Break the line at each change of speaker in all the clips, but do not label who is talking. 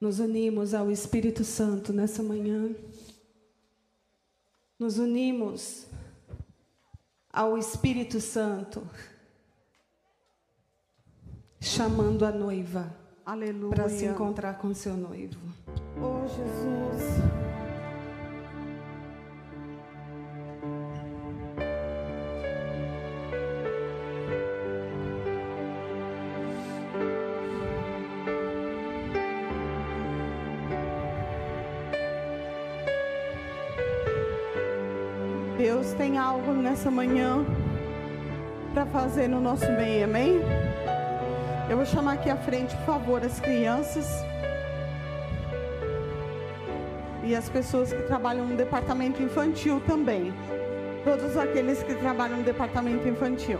Nos unimos ao Espírito Santo nessa manhã. Nos unimos ao Espírito Santo, chamando a noiva para se encontrar com seu noivo.
Oh, Jesus. Deus tem algo nessa manhã para fazer no nosso meio, amém? Eu vou chamar aqui à frente, por favor, as crianças e as pessoas que trabalham no departamento infantil também. Todos aqueles que trabalham no departamento infantil.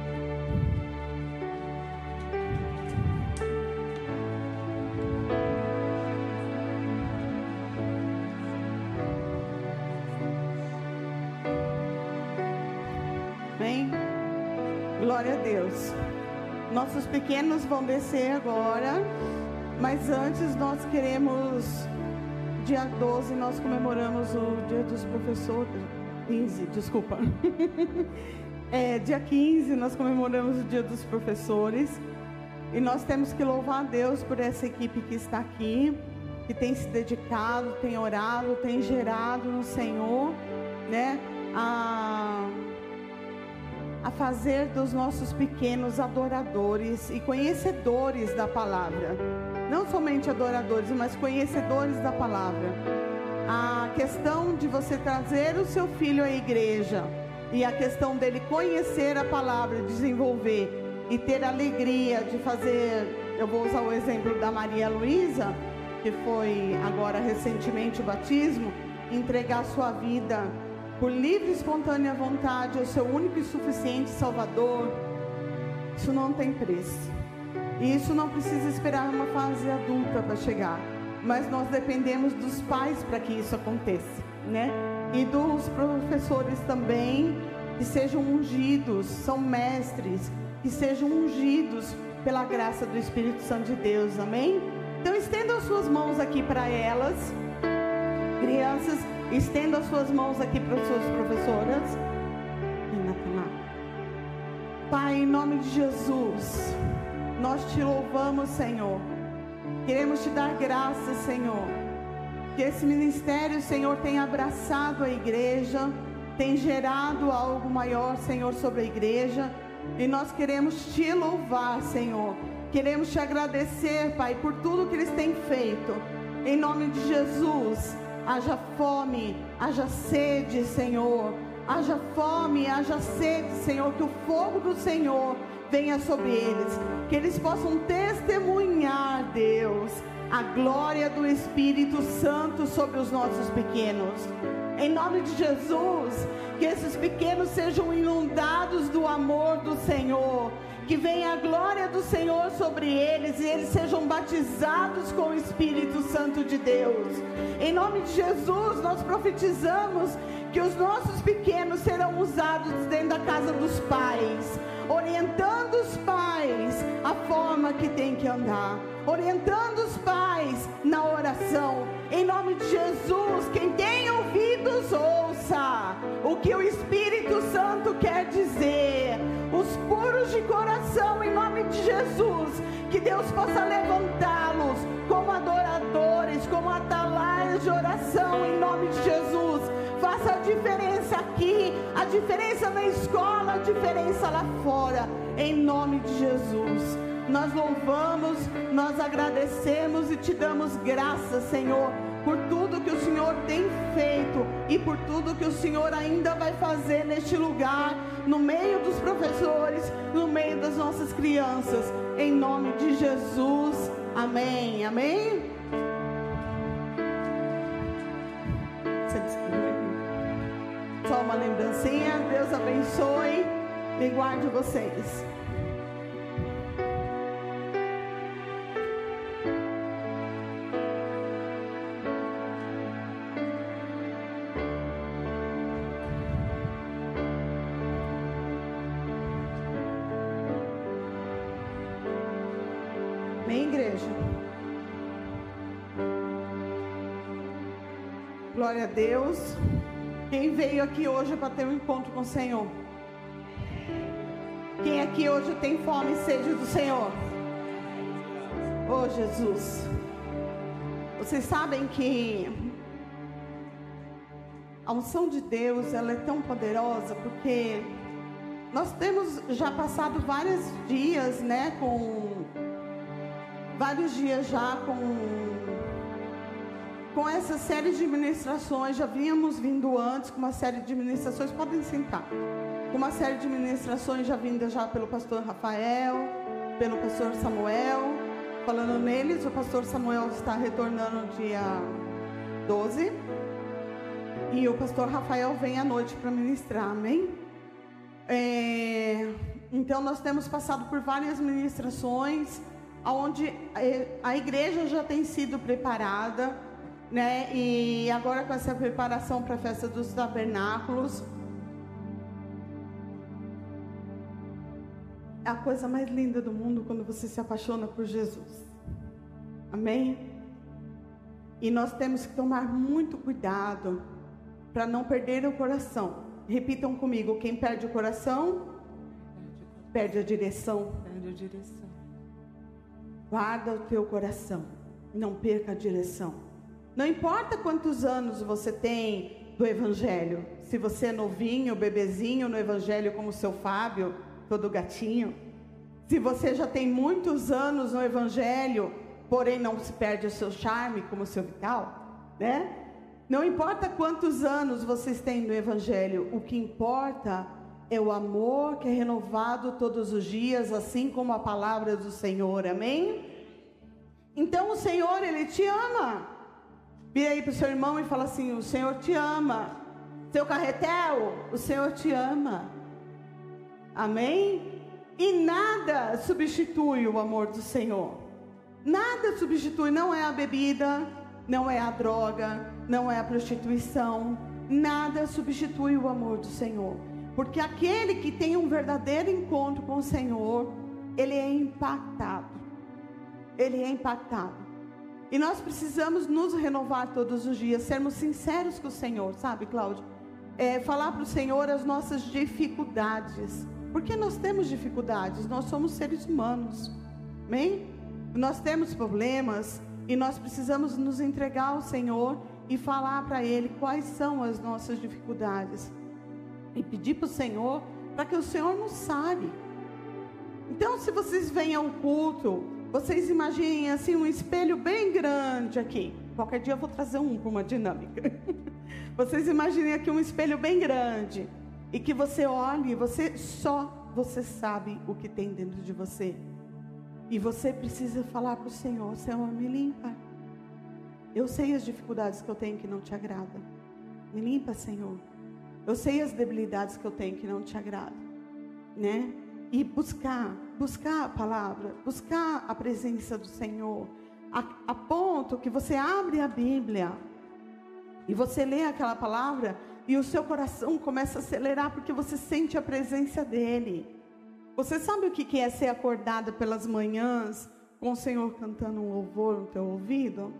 Amém? Glória a Deus. Nossos pequenos vão descer agora, mas antes nós queremos, dia 12 nós comemoramos o dia dos professores, 15, desculpa. Dia 15 nós comemoramos o dia dos professores, e nós temos que louvar a Deus por essa equipe que está aqui, que tem se dedicado, tem orado, tem gerado no Senhor, né? A fazer dos nossos pequenos adoradores e conhecedores da palavra. Não somente adoradores, mas conhecedores da palavra. A questão de você trazer o seu filho à igreja e a questão dele conhecer a palavra, desenvolver e ter alegria de fazer, eu vou usar o exemplo da Maria Luísa, que foi agora recentemente o batismo, entregar sua vida por livre e espontânea vontade ao seu único e suficiente Salvador. Isso não tem preço. E isso não precisa esperar uma fase adulta para chegar. Mas nós dependemos dos pais para que isso aconteça, né? E dos professores também, que sejam ungidos, são mestres, que sejam ungidos pela graça do Espírito Santo de Deus, amém? Então estendam suas mãos aqui para elas, crianças. Estenda as suas mãos aqui para as suas professoras. Pai, em nome de Jesus, nós te louvamos, Senhor. Queremos te dar graças, Senhor. Que esse ministério, Senhor, tem abraçado a igreja, tem gerado algo maior, Senhor, sobre a igreja. E nós queremos te louvar, Senhor. Queremos te agradecer, Pai, por tudo que eles têm feito. Em nome de Jesus. Haja fome, haja sede, Senhor. Haja fome, haja sede, Senhor. Que o fogo do Senhor venha sobre eles. Que eles possam testemunhar, Deus, a glória do Espírito Santo sobre os nossos pequenos. Em nome de Jesus, que esses pequenos sejam inundados do amor do Senhor. Que venha a glória do Senhor sobre eles e eles sejam batizados com o Espírito Santo de Deus. Em nome de Jesus, nós profetizamos que os nossos pequenos serão usados dentro da casa dos pais, orientando os pais a forma que tem que andar, orientando os pais na oração. Em nome de Jesus, quem tem ouvidos, ouça o que o Espírito Santo quer dizer. Os puros de coração, em nome de Jesus, que Deus possa levantá-los como adoradores, como atalaias de oração, em nome de Jesus. Faça a diferença aqui, a diferença na escola, a diferença lá fora, em nome de Jesus. Nós louvamos, nós agradecemos e te damos graças, Senhor, por tudo que o Senhor tem feito e por tudo que o Senhor ainda vai fazer neste lugar, no meio dos professores, no meio das nossas crianças, em nome de Jesus, amém, amém? Só uma lembrancinha, Deus abençoe e guarde vocês. Amém, igreja? Glória a Deus. Quem veio aqui hoje para ter um encontro com o Senhor? Quem aqui hoje tem fome e sede do Senhor? Oh, Jesus. Vocês sabem que a unção de Deus, ela é tão poderosa, porque nós temos já passado vários dias, né, com essa série de ministrações. Já vínhamos vindo antes com uma série de ministrações, podem sentar, com uma série de ministrações já vinda já pelo pastor Rafael, pelo pastor Samuel. Falando neles, o pastor Samuel está retornando no dia 12. E o pastor Rafael vem à noite para ministrar, amém? Então nós temos passado por várias ministrações, onde a igreja já tem sido preparada, né? E agora com essa preparação para a festa dos tabernáculos, é a coisa mais linda do mundo quando você se apaixona por Jesus. Amém? E nós temos que tomar muito cuidado para não perder o coração. Repitam comigo: quem perde o coração, perde a direção.
Perde a direção.
Guarda o teu coração, não perca a direção. Não importa quantos anos você tem do Evangelho. Se você é novinho, bebezinho no Evangelho, como o seu Fábio, todo gatinho. Se você já tem muitos anos no Evangelho, porém não se perde o seu charme, como o seu Vital, né? Não importa quantos anos vocês têm no Evangelho, o que importa é o amor que é renovado todos os dias, assim como a palavra do Senhor, amém? Então o Senhor, Ele te ama. Vira aí para o seu irmão e fala assim: o Senhor te ama. Seu carretel, o Senhor te ama. Amém? E nada substitui o amor do Senhor. Nada substitui, não é a bebida, não é a droga, não é a prostituição. Nada substitui o amor do Senhor. Porque aquele que tem um verdadeiro encontro com o Senhor, ele é impactado. Ele é impactado. E nós precisamos nos renovar todos os dias, sermos sinceros com o Senhor, sabe, Cláudio? Falar para o Senhor as nossas dificuldades. Porque nós temos dificuldades, nós somos seres humanos, amém? Nós temos problemas e nós precisamos nos entregar ao Senhor e falar para Ele quais são as nossas dificuldades. E pedir para o Senhor, para que o Senhor nos sare. Então, se vocês vêm ao culto, vocês imaginem assim um espelho bem grande aqui. Qualquer dia eu vou trazer um para uma dinâmica. Vocês imaginem aqui um espelho bem grande. E que você olhe, você sabe o que tem dentro de você. E você precisa falar para o Senhor: Senhor, me limpa. Eu sei as dificuldades que eu tenho que não te agrada. Me limpa, Senhor. Eu sei as debilidades que eu tenho que não te agrada, né? E buscar a palavra, buscar a presença do Senhor, a ponto que você abre a Bíblia e você lê aquela palavra e o seu coração começa a acelerar, porque você sente a presença dEle. Você sabe o que é ser acordada pelas manhãs com o Senhor cantando um louvor no teu ouvido?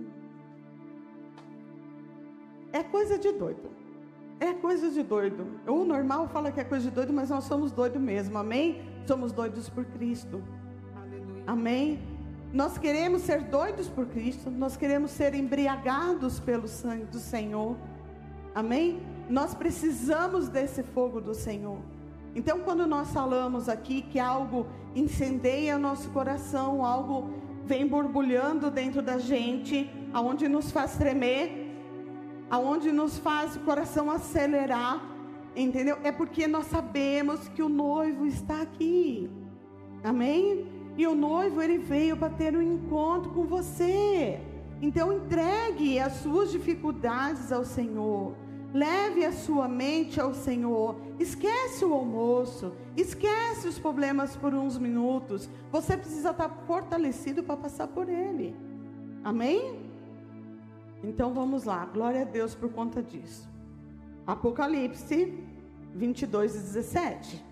É coisa de doido. É coisa de doido. O normal fala que é coisa de doido, mas nós somos doidos mesmo, amém? Somos doidos por Cristo.
Aleluia.
Amém? Nós queremos ser doidos por Cristo, nós queremos ser embriagados pelo sangue do Senhor. Amém? Nós precisamos desse fogo do Senhor. Então, quando nós falamos aqui que algo incendeia nosso coração, algo vem borbulhando dentro da gente, aonde nos faz tremer, aonde nos faz o coração acelerar, entendeu? É porque nós sabemos que o noivo está aqui. Amém? E o noivo, ele veio para ter um encontro com você. Então entregue as suas dificuldades ao Senhor. Leve a sua mente ao Senhor. Esquece o almoço. Esquece os problemas por uns minutos. Você precisa estar fortalecido para passar por ele. Amém? Então vamos lá. Glória a Deus por conta disso. Apocalipse 22:17.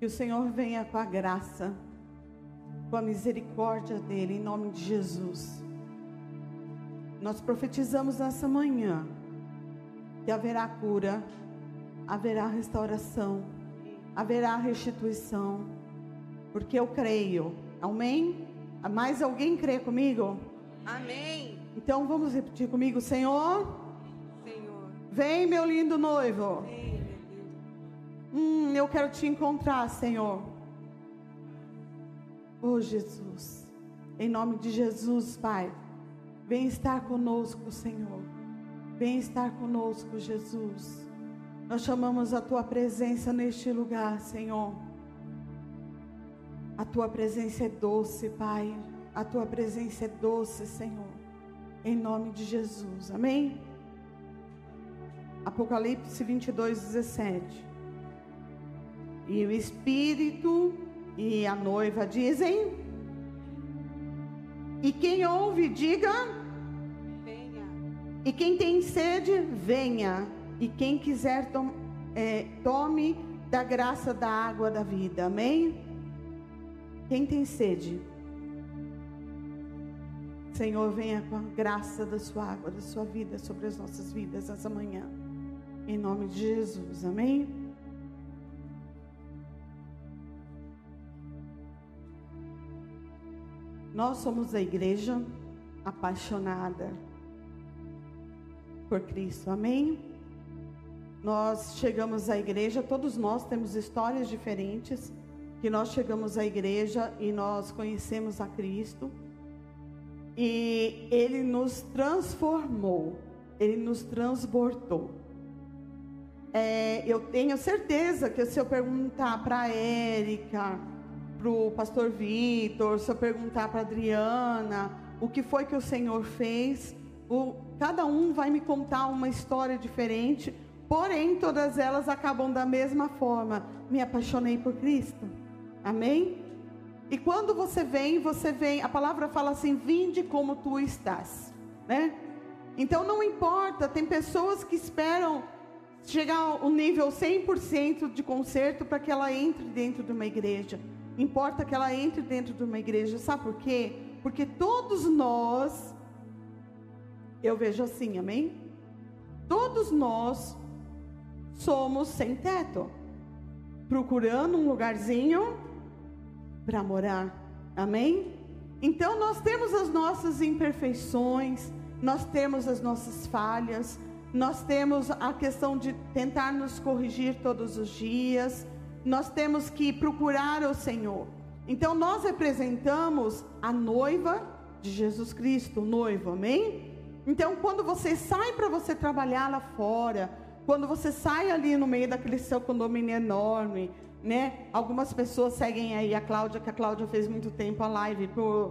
Que o Senhor venha com a graça, com a misericórdia dele, em nome de Jesus. Nós profetizamos nessa manhã que haverá cura, haverá restauração, haverá restituição, porque eu creio. Amém? Mais alguém crê comigo?
Amém.
Então vamos repetir comigo: Senhor, vem, meu lindo noivo.
Vem, meu lindo.
Eu quero te encontrar, Senhor. Oh, Jesus, em nome de Jesus, Pai, vem estar conosco, Senhor. Vem estar conosco, Jesus. Nós chamamos a Tua presença neste lugar, Senhor. A Tua presença é doce, Pai. A Tua presença é doce, Senhor. Em nome de Jesus, amém? Apocalipse 22:17. E o Espírito e a noiva dizem, e quem ouve, diga,
Venha.
e quem tem sede, venha, e quem quiser tome da graça da água da vida, amém? Quem tem sede, Senhor, venha com a graça da sua água, da sua vida sobre as nossas vidas essa manhã, em nome de Jesus, amém? Nós somos a igreja apaixonada por Cristo, amém? Nós chegamos à igreja, todos nós temos histórias diferentes, que nós chegamos à igreja e nós conhecemos a Cristo, e Ele nos transformou, Ele nos transbordou. Eu tenho certeza que se eu perguntar para a Érica, para o pastor Vitor, se eu perguntar para a Adriana, o que foi que o Senhor fez, cada um vai me contar uma história diferente, porém todas elas acabam da mesma forma: me apaixonei por Cristo, amém? E quando você vem, a palavra fala assim: vinde como tu estás, né? Então não importa, tem pessoas que esperam chegar ao nível 100% de conserto para que ela entre dentro de uma igreja. Importa que ela entre dentro de uma igreja, sabe por quê? Porque todos nós, eu vejo assim, amém? Todos nós somos sem teto, procurando um lugarzinho para morar, amém? Então nós temos as nossas imperfeições, nós temos as nossas falhas, nós temos a questão de tentar nos corrigir todos os dias, nós temos que procurar o Senhor. Então nós representamos a noiva de Jesus Cristo, o noivo, amém? Então quando você sai para você trabalhar lá fora, quando você sai ali no meio daquele seu condomínio enorme, né? Algumas pessoas seguem aí a Cláudia, que a Cláudia fez muito tempo a live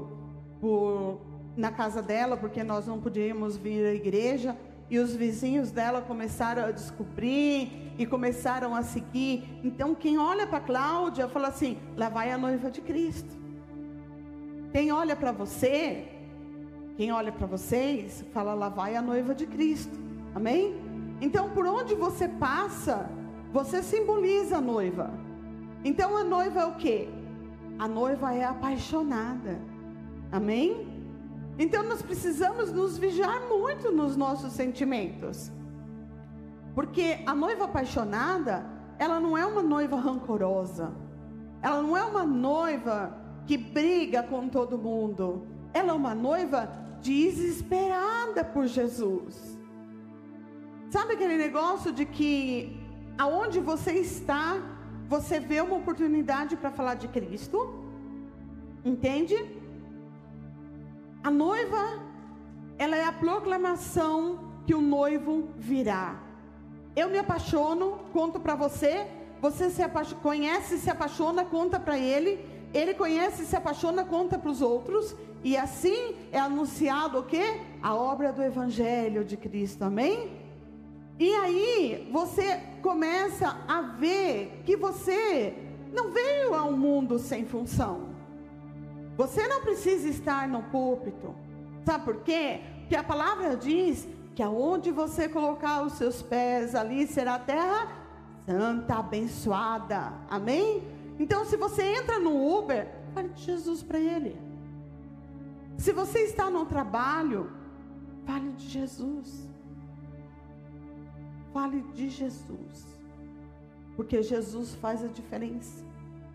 na casa dela, porque nós não podíamos vir à igreja, e os vizinhos dela começaram a descobrir e começaram a seguir. Então quem olha para a Cláudia fala assim: lá vai a noiva de Cristo. Quem olha para você, quem olha para vocês, fala: lá vai a noiva de Cristo, amém? Então por onde você passa, você simboliza a noiva. Então a noiva é o quê? A noiva é apaixonada, amém? Então nós precisamos nos vigiar muito nos nossos sentimentos, porque a noiva apaixonada, ela não é uma noiva rancorosa, ela não é uma noiva que briga com todo mundo, ela é uma noiva desesperada por Jesus. Sabe aquele negócio de que aonde você está, você vê uma oportunidade para falar de Cristo? Entende? A noiva, ela é a proclamação que o noivo virá. Eu me apaixono, conto para você, você conhece, se apaixona, conta para ele conhece, se apaixona, conta para os outros, e assim é anunciado o quê? A obra do Evangelho de Cristo, amém? E aí você começa a ver que você não veio ao mundo sem função. Você não precisa estar no púlpito. Sabe por quê? Porque a palavra diz que aonde você colocar os seus pés, ali será terra santa, abençoada. Amém? Então, se você entra no Uber, fale de Jesus para ele. Se você está no trabalho, fale de Jesus. Fale de Jesus. Porque Jesus faz a diferença.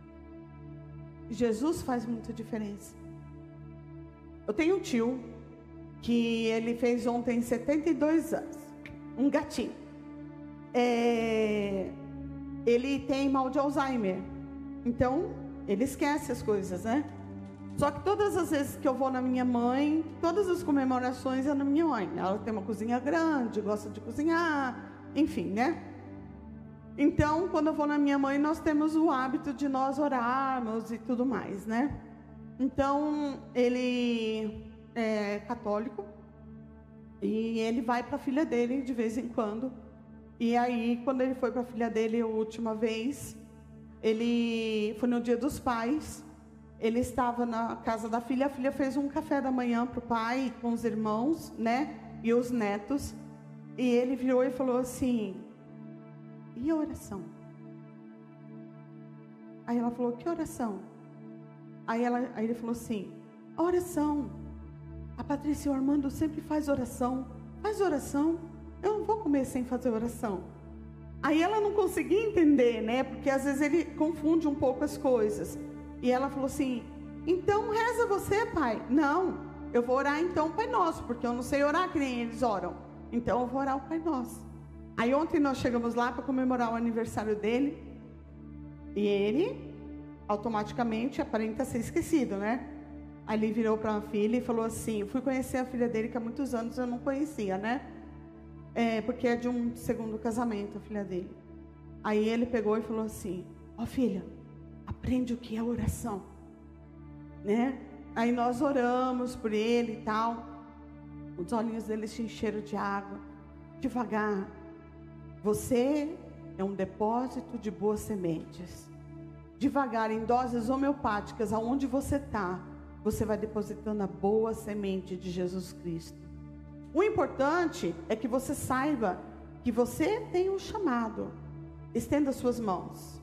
Jesus faz muita diferença. Eu tenho um tio que ele fez ontem 72 anos. Um gatinho. Ele tem mal de Alzheimer. Então, ele esquece as coisas, né? Só que todas as vezes que eu vou na minha mãe, todas as comemorações é na minha mãe. Ela tem uma cozinha grande, gosta de cozinhar, enfim, né? Então, quando eu vou na minha mãe, nós temos o hábito de nós orarmos e tudo mais, né? Então, ele é católico e ele vai para a filha dele de vez em quando. E aí, quando ele foi para a filha dele a última vez, ele foi no Dia dos Pais. Ele estava na casa da filha. A filha fez um café da manhã para o pai, com os irmãos, né? E os netos. E ele virou e falou assim: e a oração? Aí ela falou: que oração? Aí ele falou assim: a oração. A Patrícia e o Armando sempre faz oração. Faz oração. Eu não vou comer sem fazer oração. Aí ela não conseguia entender, né? Porque às vezes ele confunde um pouco as coisas. E ela falou assim: então reza você, pai. Não, eu vou orar então o Pai Nosso, porque eu não sei orar que nem eles oram. Então eu vou orar o Pai Nosso. Aí ontem nós chegamos lá para comemorar o aniversário dele. E ele automaticamente aparenta ser esquecido, né? Aí ele virou para a filha e falou assim: eu fui conhecer a filha dele que há muitos anos eu não conhecia, né? Porque é de um segundo casamento a filha dele. Aí ele pegou e falou assim: ó filha, aprende o que é oração, né? Aí nós oramos por ele e tal. Os olhinhos dele se encheram de água. Devagar. Você é um depósito de boas sementes. Devagar, em doses homeopáticas, aonde você está, você vai depositando a boa semente de Jesus Cristo. O importante é que você saiba que você tem um chamado. Estenda suas mãos.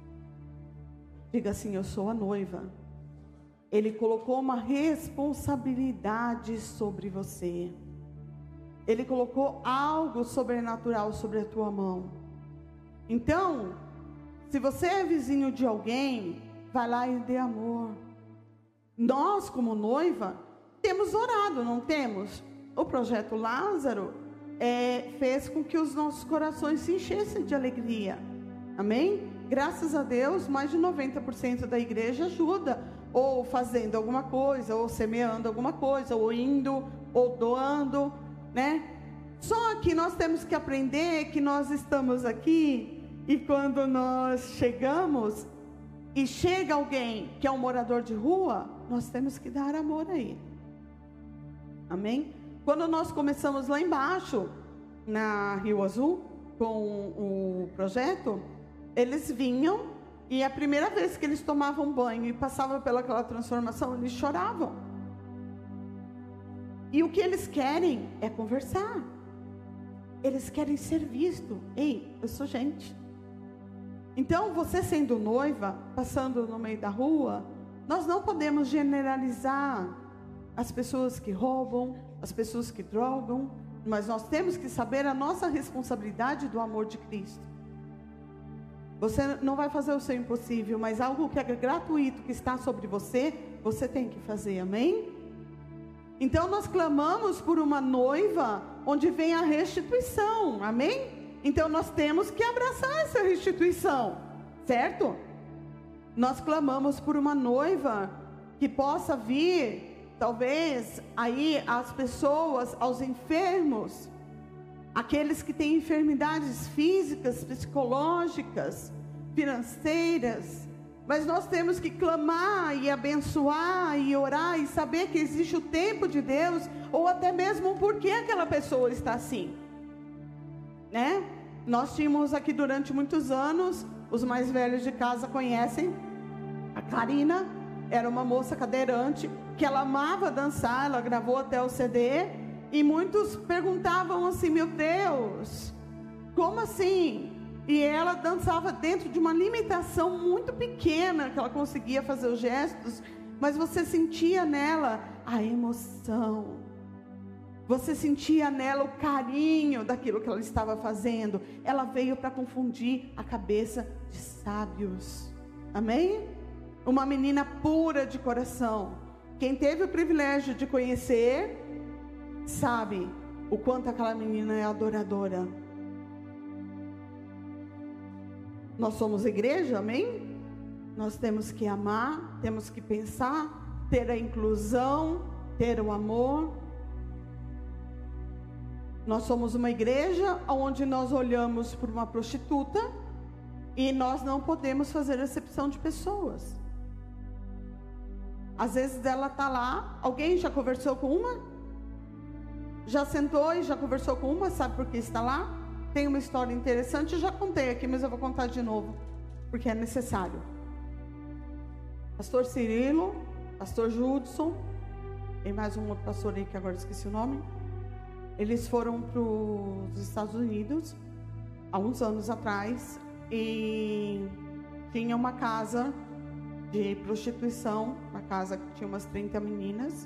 Diga assim: eu sou a noiva. Ele colocou uma responsabilidade sobre você. Ele colocou algo sobrenatural sobre a tua mão. Então, se você é vizinho de alguém, vai lá e dê amor. Nós, como noiva, temos orado, não temos? O projeto Lázaro fez com que os nossos corações se enchessem de alegria. Amém? Graças a Deus, mais de 90% da igreja ajuda, ou fazendo alguma coisa, ou semeando alguma coisa, ou indo, ou doando, né? Só que nós temos que aprender que nós estamos aqui, e quando nós chegamos, e chega alguém que é um morador de rua, nós temos que dar amor a ele. Amém? Quando nós começamos lá embaixo, na Rio Azul, com o projeto, eles vinham e a primeira vez que eles tomavam banho e passavam pelaquela transformação, eles choravam. E o que eles querem é conversar. Eles querem ser vistos. Ei, eu sou gente. Então, você sendo noiva, passando no meio da rua, nós não podemos generalizar as pessoas que roubam, as pessoas que drogam, mas nós temos que saber a nossa responsabilidade do amor de Cristo. Você não vai fazer o seu impossível, mas algo que é gratuito, que está sobre você, você tem que fazer, amém? Então nós clamamos por uma noiva onde vem a restituição, amém? Então nós temos que abraçar essa restituição, certo? Nós clamamos por uma noiva que possa vir, talvez, aí às pessoas, aos enfermos, aqueles que têm enfermidades físicas, psicológicas, financeiras, mas nós temos que clamar e abençoar e orar e saber que existe o tempo de Deus, ou até mesmo o porquê aquela pessoa está assim, né? Nós tínhamos aqui durante muitos anos, os mais velhos de casa conhecem, a Karina era uma moça cadeirante, que ela amava dançar, ela gravou até o CD, e muitos perguntavam assim: meu Deus, como assim? e ela dançava dentro de uma limitação muito pequena, que ela conseguia fazer os gestos, mas você sentia nela a emoção. Você sentia nela o carinho daquilo que ela estava fazendo. Ela veio para confundir a cabeça de sábios. Amém? Uma menina pura de coração. Quem teve o privilégio de conhecer, sabe o quanto aquela menina é adoradora. Nós somos igreja, amém? Nós temos que amar, temos que pensar, ter a inclusão, ter o amor. Nós somos uma igreja onde nós olhamos por uma prostituta e nós não podemos fazer acepção de pessoas. Às vezes ela está lá, alguém já conversou com uma? Já sentou e já conversou com uma, sabe por que está lá? Tem uma história interessante, eu já contei aqui, mas eu vou contar de novo, porque é necessário. Pastor Cirilo, pastor Judson, e mais um outro pastor aí que agora esqueci o nome. Eles foram para os Estados Unidos, há uns anos atrás, e tinha uma casa de prostituição, uma casa que tinha umas 30 meninas.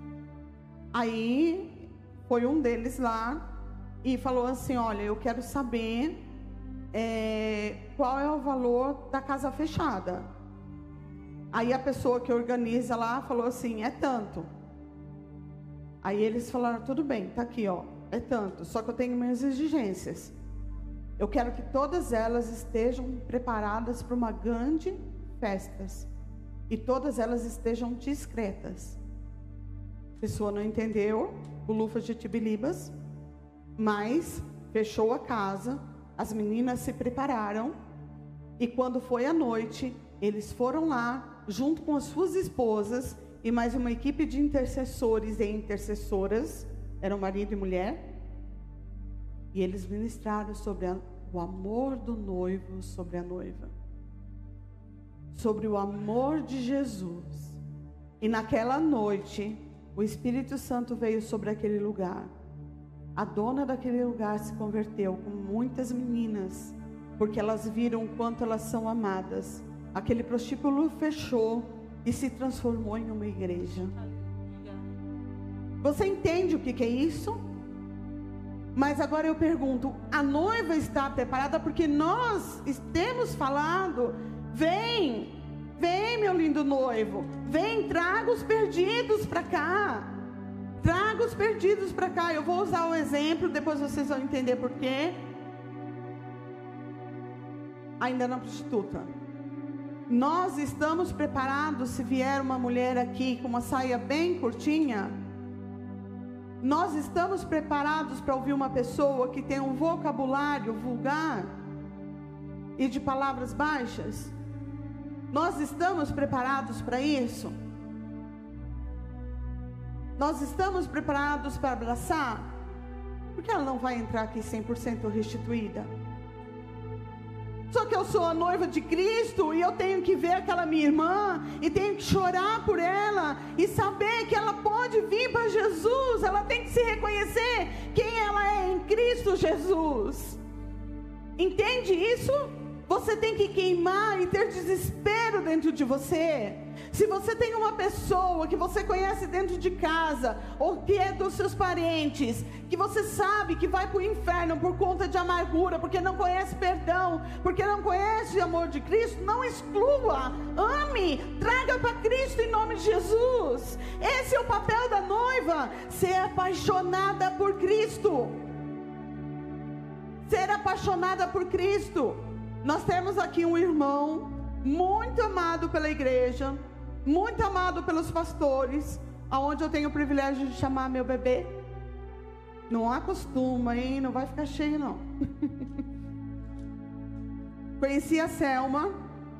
Aí foi um deles lá e falou assim: olha, eu quero saber qual é o valor da casa fechada. Aí a pessoa que organiza lá falou assim: é tanto. Aí eles falaram: tudo bem, tá aqui, ó, é tanto, só que eu tenho minhas exigências. Eu quero que todas elas estejam preparadas para uma grande festa e todas elas estejam discretas. A pessoa não entendeu o Lufas de Tibilibas, mas fechou a casa, as meninas se prepararam e quando foi à noite, eles foram lá junto com as suas esposas e mais uma equipe de intercessores e intercessoras, eram marido e mulher, e eles ministraram sobre o amor do noivo sobre a noiva, sobre o amor de Jesus. E naquela noite, o Espírito Santo veio sobre aquele lugar. A dona daquele lugar se converteu com muitas meninas, porque elas viram o quanto elas são amadas. Aquele prostíbulo fechou e se transformou em uma igreja. Você entende o que é isso? Mas agora eu pergunto: a noiva está preparada? Porque nós temos falado: vem, vem meu lindo noivo, vem, traga os perdidos para cá. Traga os perdidos para cá. Eu vou usar o exemplo, depois vocês vão entender por quê. Ainda na prostituta. Nós estamos preparados se vier uma mulher aqui com uma saia bem curtinha? Nós estamos preparados para ouvir uma pessoa que tem um vocabulário vulgar e de palavras baixas? Nós estamos preparados para isso? Nós estamos preparados para abraçar? Porque ela não vai entrar aqui 100% restituída. Só que eu sou a noiva de Cristo e eu tenho que ver aquela minha irmã e tenho que chorar por ela e saber que ela pode vir para Jesus. Ela tem que se reconhecer quem ela é em Cristo Jesus. Entende isso? Você tem que queimar e ter desespero dentro de você. Se você tem uma pessoa que você conhece dentro de casa, ou que é dos seus parentes, que você sabe que vai para o inferno por conta de amargura, porque não conhece perdão, porque não conhece o amor de Cristo, não exclua, ame, traga para Cristo em nome de Jesus. Esse é o papel da noiva, ser apaixonada por Cristo. Ser apaixonada por Cristo. Nós temos aqui um irmão muito amado pela igreja, muito amado pelos pastores, aonde eu tenho o privilégio de chamar meu bebê. Não acostuma, hein? Não vai ficar cheio, não. Conheci a Selma.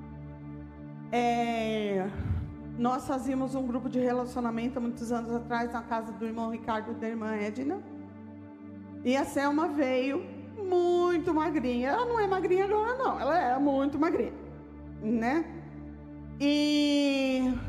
Nós fazíamos um grupo de relacionamento há muitos anos atrás na casa do irmão Ricardo e da irmã Edna. E a Selma veio muito magrinha. Ela não é magrinha agora, não. Ela era muito magrinha, né? E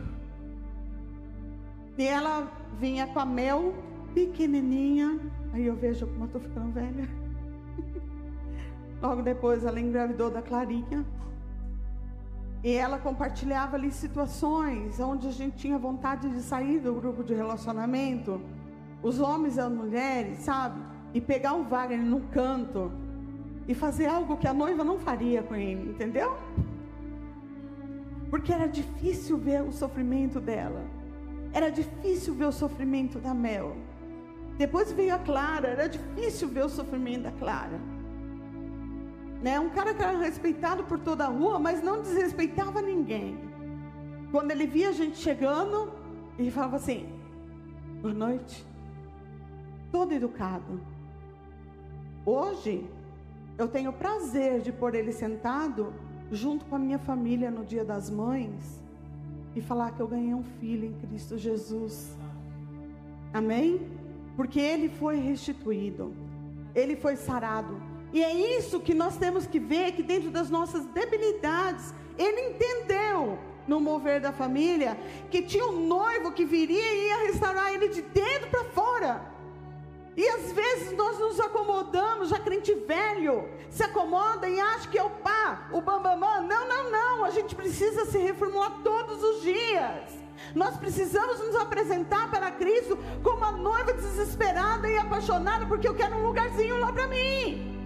ela vinha com a Mel pequenininha. Aí eu vejo como eu tô ficando velha. Logo depois ela engravidou da Clarinha. E ela compartilhava ali situações onde a gente tinha vontade de sair do grupo de relacionamento, os homens e as mulheres, sabe? E pegar o Wagner num canto e fazer algo que a noiva não faria com ele, entendeu? Porque era difícil ver o sofrimento dela. Era difícil ver o sofrimento da Mel. Depois veio a Clara, era difícil ver o sofrimento da Clara. Né? Um cara que era respeitado por toda a rua, mas não desrespeitava ninguém. Quando ele via a gente chegando, ele falava assim: boa noite. Todo educado. Hoje, eu tenho o prazer de pôr ele sentado junto com a minha família no Dia das Mães e falar que eu ganhei um filho em Cristo Jesus. Amém? Porque ele foi restituído, ele foi sarado. E é isso que nós temos que ver, que dentro das nossas debilidades, ele entendeu no mover da família que tinha um noivo que viria e ia restaurar ele de dentro para fora. E às vezes nós nos acomodamos, já crente velho, se acomoda e acha que é o pá, o bambamã. Não, a gente precisa se reformular todos os dias. Nós precisamos nos apresentar para Cristo como a noiva desesperada e apaixonada, porque eu quero um lugarzinho lá para mim.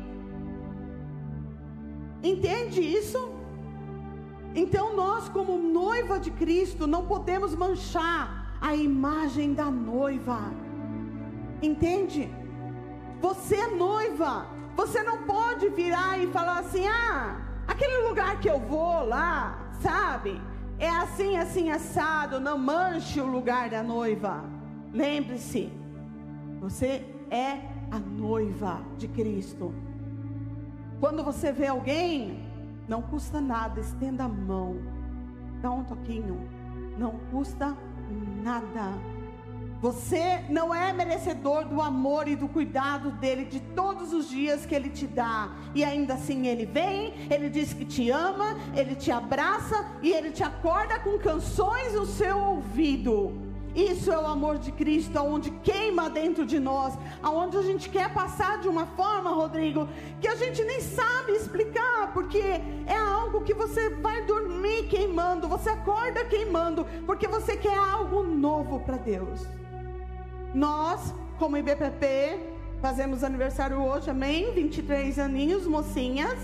Entende isso? Então nós, como noiva de Cristo, não podemos manchar a imagem da noiva. Entende? Você é noiva. Você não pode virar e falar assim: aquele lugar que eu vou lá, sabe? É assim, assim, assado. Não manche o lugar da noiva. Lembre-se, você é a noiva de Cristo. Quando você vê alguém, não custa nada, estenda a mão, dá um toquinho, não custa nada. Você não é merecedor do amor e do cuidado dele de todos os dias que ele te dá. E ainda assim ele vem, ele diz que te ama, ele te abraça e ele te acorda com canções no seu ouvido. Isso é o amor de Cristo, aonde queima dentro de nós, aonde a gente quer passar de uma forma, Rodrigo, que a gente nem sabe explicar, porque é algo que você vai dormir queimando, você acorda queimando, porque você quer algo novo para Deus. Nós, como IBPP, fazemos aniversário hoje, amém? 23 aninhos, mocinhas.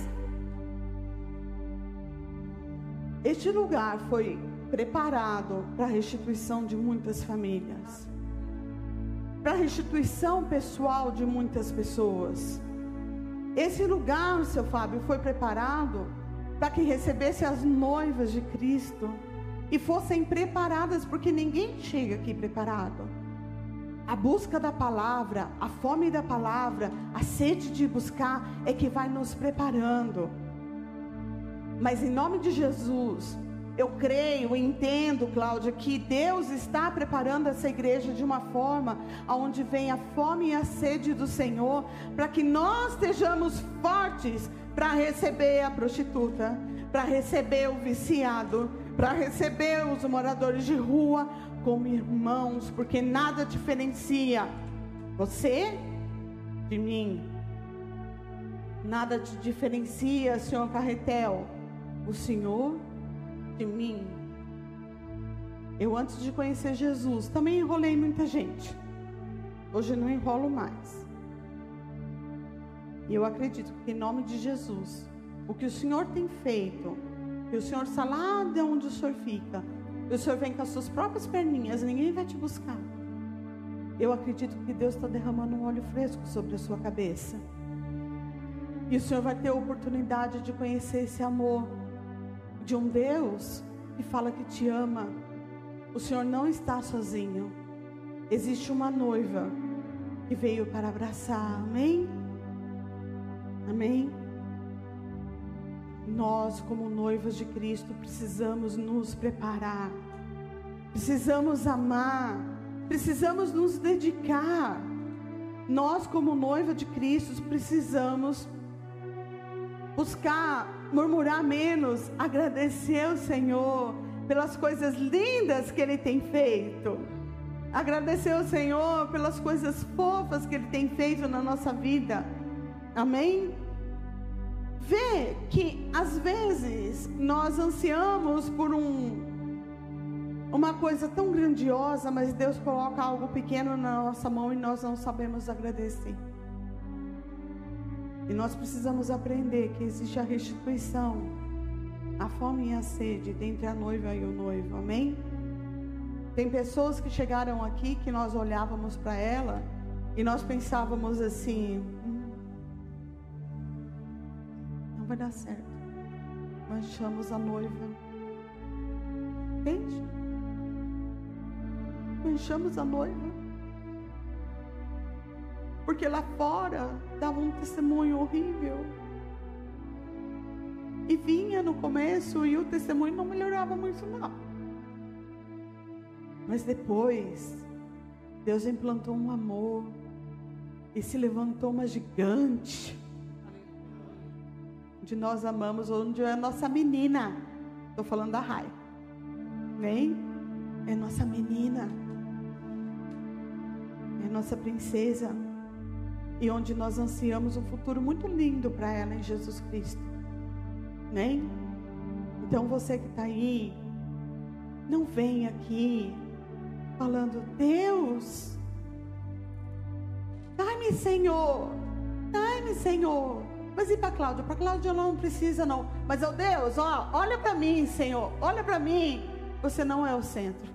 Este lugar foi preparado para a restituição de muitas famílias, para a restituição pessoal de muitas pessoas. Esse lugar, seu Fábio, foi preparado para que recebesse as noivas de Cristo e fossem preparadas, porque ninguém chega aqui preparado. A busca da palavra, a fome da palavra, a sede de buscar é que vai nos preparando. Mas em nome de Jesus, eu creio, entendo, Cláudia, que Deus está preparando essa igreja de uma forma onde vem a fome e a sede do Senhor, para que nós estejamos fortes para receber a prostituta, para receber o viciado, para receber os moradores de rua como irmãos, porque nada diferencia você de mim. Nada te diferencia, senhor Carretel, o Senhor de mim. Eu, antes de conhecer Jesus, também enrolei muita gente. Hoje não enrolo mais. E eu acredito que em nome de Jesus, o que o Senhor tem feito, que o Senhor está lá de onde o Senhor fica, e o Senhor vem com as suas próprias perninhas, ninguém vai te buscar. Eu acredito que Deus está derramando um óleo fresco sobre a sua cabeça. E o Senhor vai ter a oportunidade de conhecer esse amor de um Deus que fala que te ama. O Senhor não está sozinho. Existe uma noiva que veio para abraçar. Amém? Amém? Nós, como noivas de Cristo, precisamos nos preparar. Precisamos amar. Precisamos nos dedicar. Nós, como noiva de Cristo, precisamos buscar, murmurar menos, agradecer ao Senhor pelas coisas lindas que Ele tem feito. Agradecer ao Senhor pelas coisas fofas que Ele tem feito na nossa vida. Amém? vê que às vezes nós ansiamos por uma coisa tão grandiosa, mas Deus coloca algo pequeno na nossa mão e nós não sabemos agradecer. E nós precisamos aprender que existe a restituição, a fome e a sede entre a noiva e o noivo, amém? Tem pessoas que chegaram aqui que nós olhávamos para ela e nós pensávamos assim, não vai dar certo. Manchamos a noiva, entende? Manchamos a noiva. Porque lá fora dava um testemunho horrível. E vinha no começo e o testemunho não melhorava muito não. Mas depois, Deus implantou um amor. E se levantou uma gigante. Onde nós amamos, onde é a nossa menina. Estou falando da Rai. Vem? É nossa menina. É nossa princesa. E onde nós ansiamos um futuro muito lindo para ela em Jesus Cristo. Amém? Então você que está aí, não vem aqui falando, Deus, dai-me Senhor, dai-me Senhor. Mas e para Cláudia? Para Cláudia não precisa não. Mas oh Deus, ó, olha para mim Senhor, olha para mim. Você não é o centro.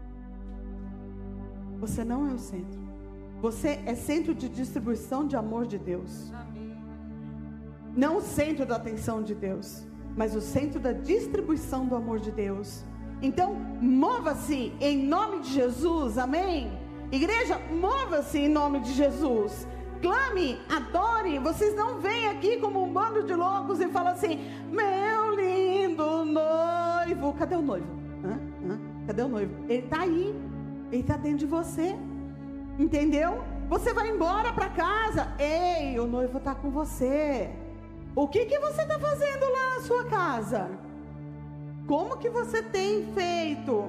Você não é o centro. Você é centro de distribuição de amor de Deus. Não o centro da atenção de Deus, mas o centro da distribuição do amor de Deus. Então, mova-se em nome de Jesus, amém? Igreja, mova-se em nome de Jesus. Clame, adore. Vocês não vêm aqui como um bando de loucos e falam assim, meu lindo noivo. Cadê o noivo? Cadê o noivo? Ele está aí, ele está dentro de você. Entendeu? Você vai embora para casa. Ei, o noivo está com você. O que você está fazendo lá na sua casa? Como que você tem feito?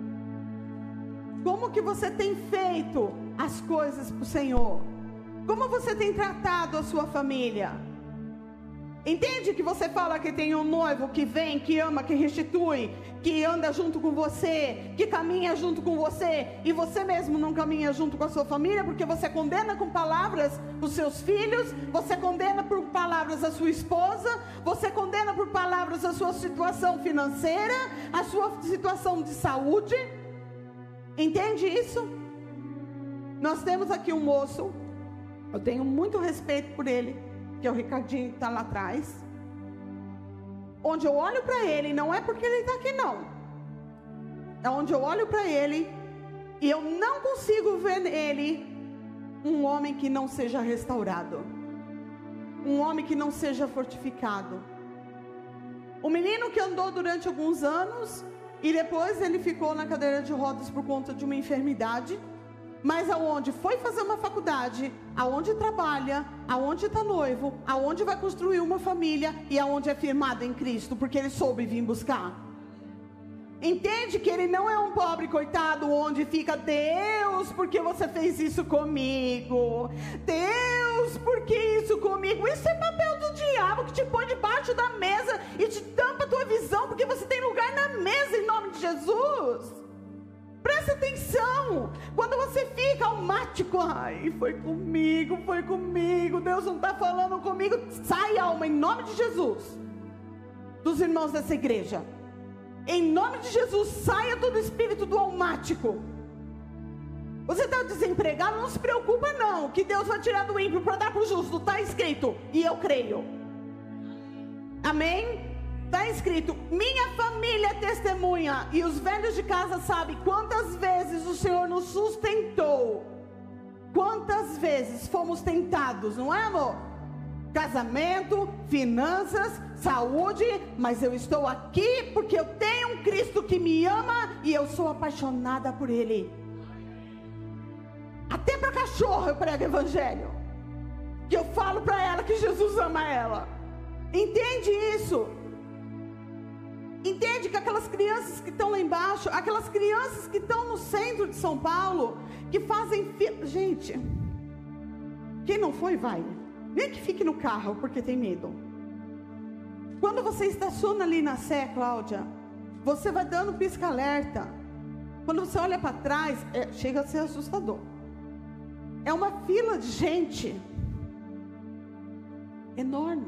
Como que você tem feito as coisas para o Senhor? Como você tem tratado a sua família? Entende que você fala que tem um noivo que vem, que ama, que restitui, que anda junto com você, que caminha junto com você, e você mesmo não caminha junto com a sua família, porque você condena com palavras os seus filhos, você condena por palavras a sua esposa, você condena por palavras a sua situação financeira, a sua situação de saúde. Entende isso? Nós temos aqui um moço, eu tenho muito respeito por ele, que é o Ricardinho que está lá atrás, onde eu olho para ele, não é porque ele está aqui não, é onde eu olho para ele e eu não consigo ver nele um homem que não seja restaurado, um homem que não seja fortificado. O menino que andou durante alguns anos e depois ele ficou na cadeira de rodas por conta de uma enfermidade, mas aonde foi fazer uma faculdade, aonde trabalha, aonde está noivo, aonde vai construir uma família e aonde é firmado em Cristo, porque ele soube vir buscar. Entende que ele não é um pobre coitado onde fica, Deus, por que você fez isso comigo? Deus, por que isso comigo? Isso é papel do diabo que te põe debaixo da mesa e te tampa a tua visão, porque você tem lugar na mesa em nome de Jesus. Presta atenção, quando você fica almático, ai, foi comigo, Deus não está falando comigo, sai alma, em nome de Jesus, dos irmãos dessa igreja, em nome de Jesus, saia todo espírito do almático. Você está desempregado, não se preocupa não, que Deus vai tirar do ímpio para dar para o justo, está escrito, e eu creio, amém? Está escrito, minha família é testemunha, e os velhos de casa sabem quantas vezes o Senhor nos sustentou, quantas vezes fomos tentados, não é amor? Casamento, finanças, saúde, mas eu estou aqui porque eu tenho um Cristo que me ama e eu sou apaixonada por Ele. Até para cachorro eu prego evangelho, que eu falo para ela que Jesus ama ela. Entende isso? Entende que aquelas crianças que estão lá embaixo, aquelas crianças que estão no centro de São Paulo, que fazem gente, quem não foi vai, nem que fique no carro porque tem medo. Quando você estaciona ali na Sé, Cláudia, você vai dando pisca-alerta. Quando você olha para trás, chega a ser assustador. É uma fila de gente enorme.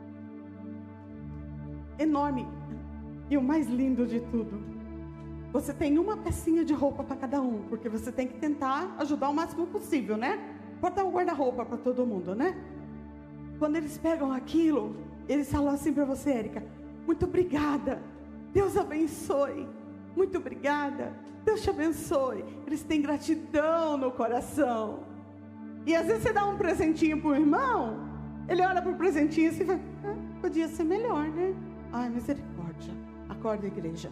Enorme. E o mais lindo de tudo, você tem uma pecinha de roupa para cada um, porque você tem que tentar ajudar o máximo possível, né? Pode dar um guarda-roupa para todo mundo, né? Quando eles pegam aquilo, eles falam assim para você, Érica: muito obrigada, Deus abençoe, muito obrigada, Deus te abençoe. Eles têm gratidão no coração. E às vezes você dá um presentinho para o irmão, ele olha para o presentinho e fala: podia ser melhor, né? Ai, misericórdia. Acorda, igreja.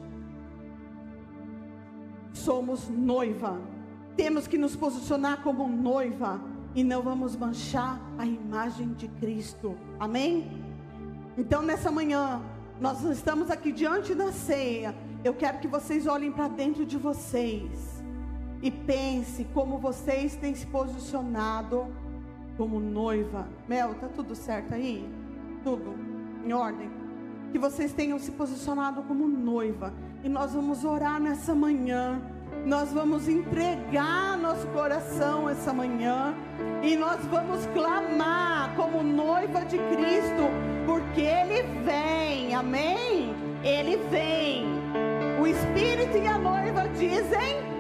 Somos noiva. Temos que nos posicionar como noiva e não vamos manchar a imagem de Cristo. Amém? Então nessa manhã, nós estamos aqui diante da ceia. Eu quero que vocês olhem para dentro de vocês e pense como vocês têm se posicionado como noiva. Mel, tá tudo certo aí? Tudo em ordem? Que vocês tenham se posicionado como noiva. E nós vamos orar nessa manhã. Nós vamos entregar nosso coração essa manhã. E nós vamos clamar como noiva de Cristo, porque Ele amém? Ele vem. O Espírito e a noiva dizem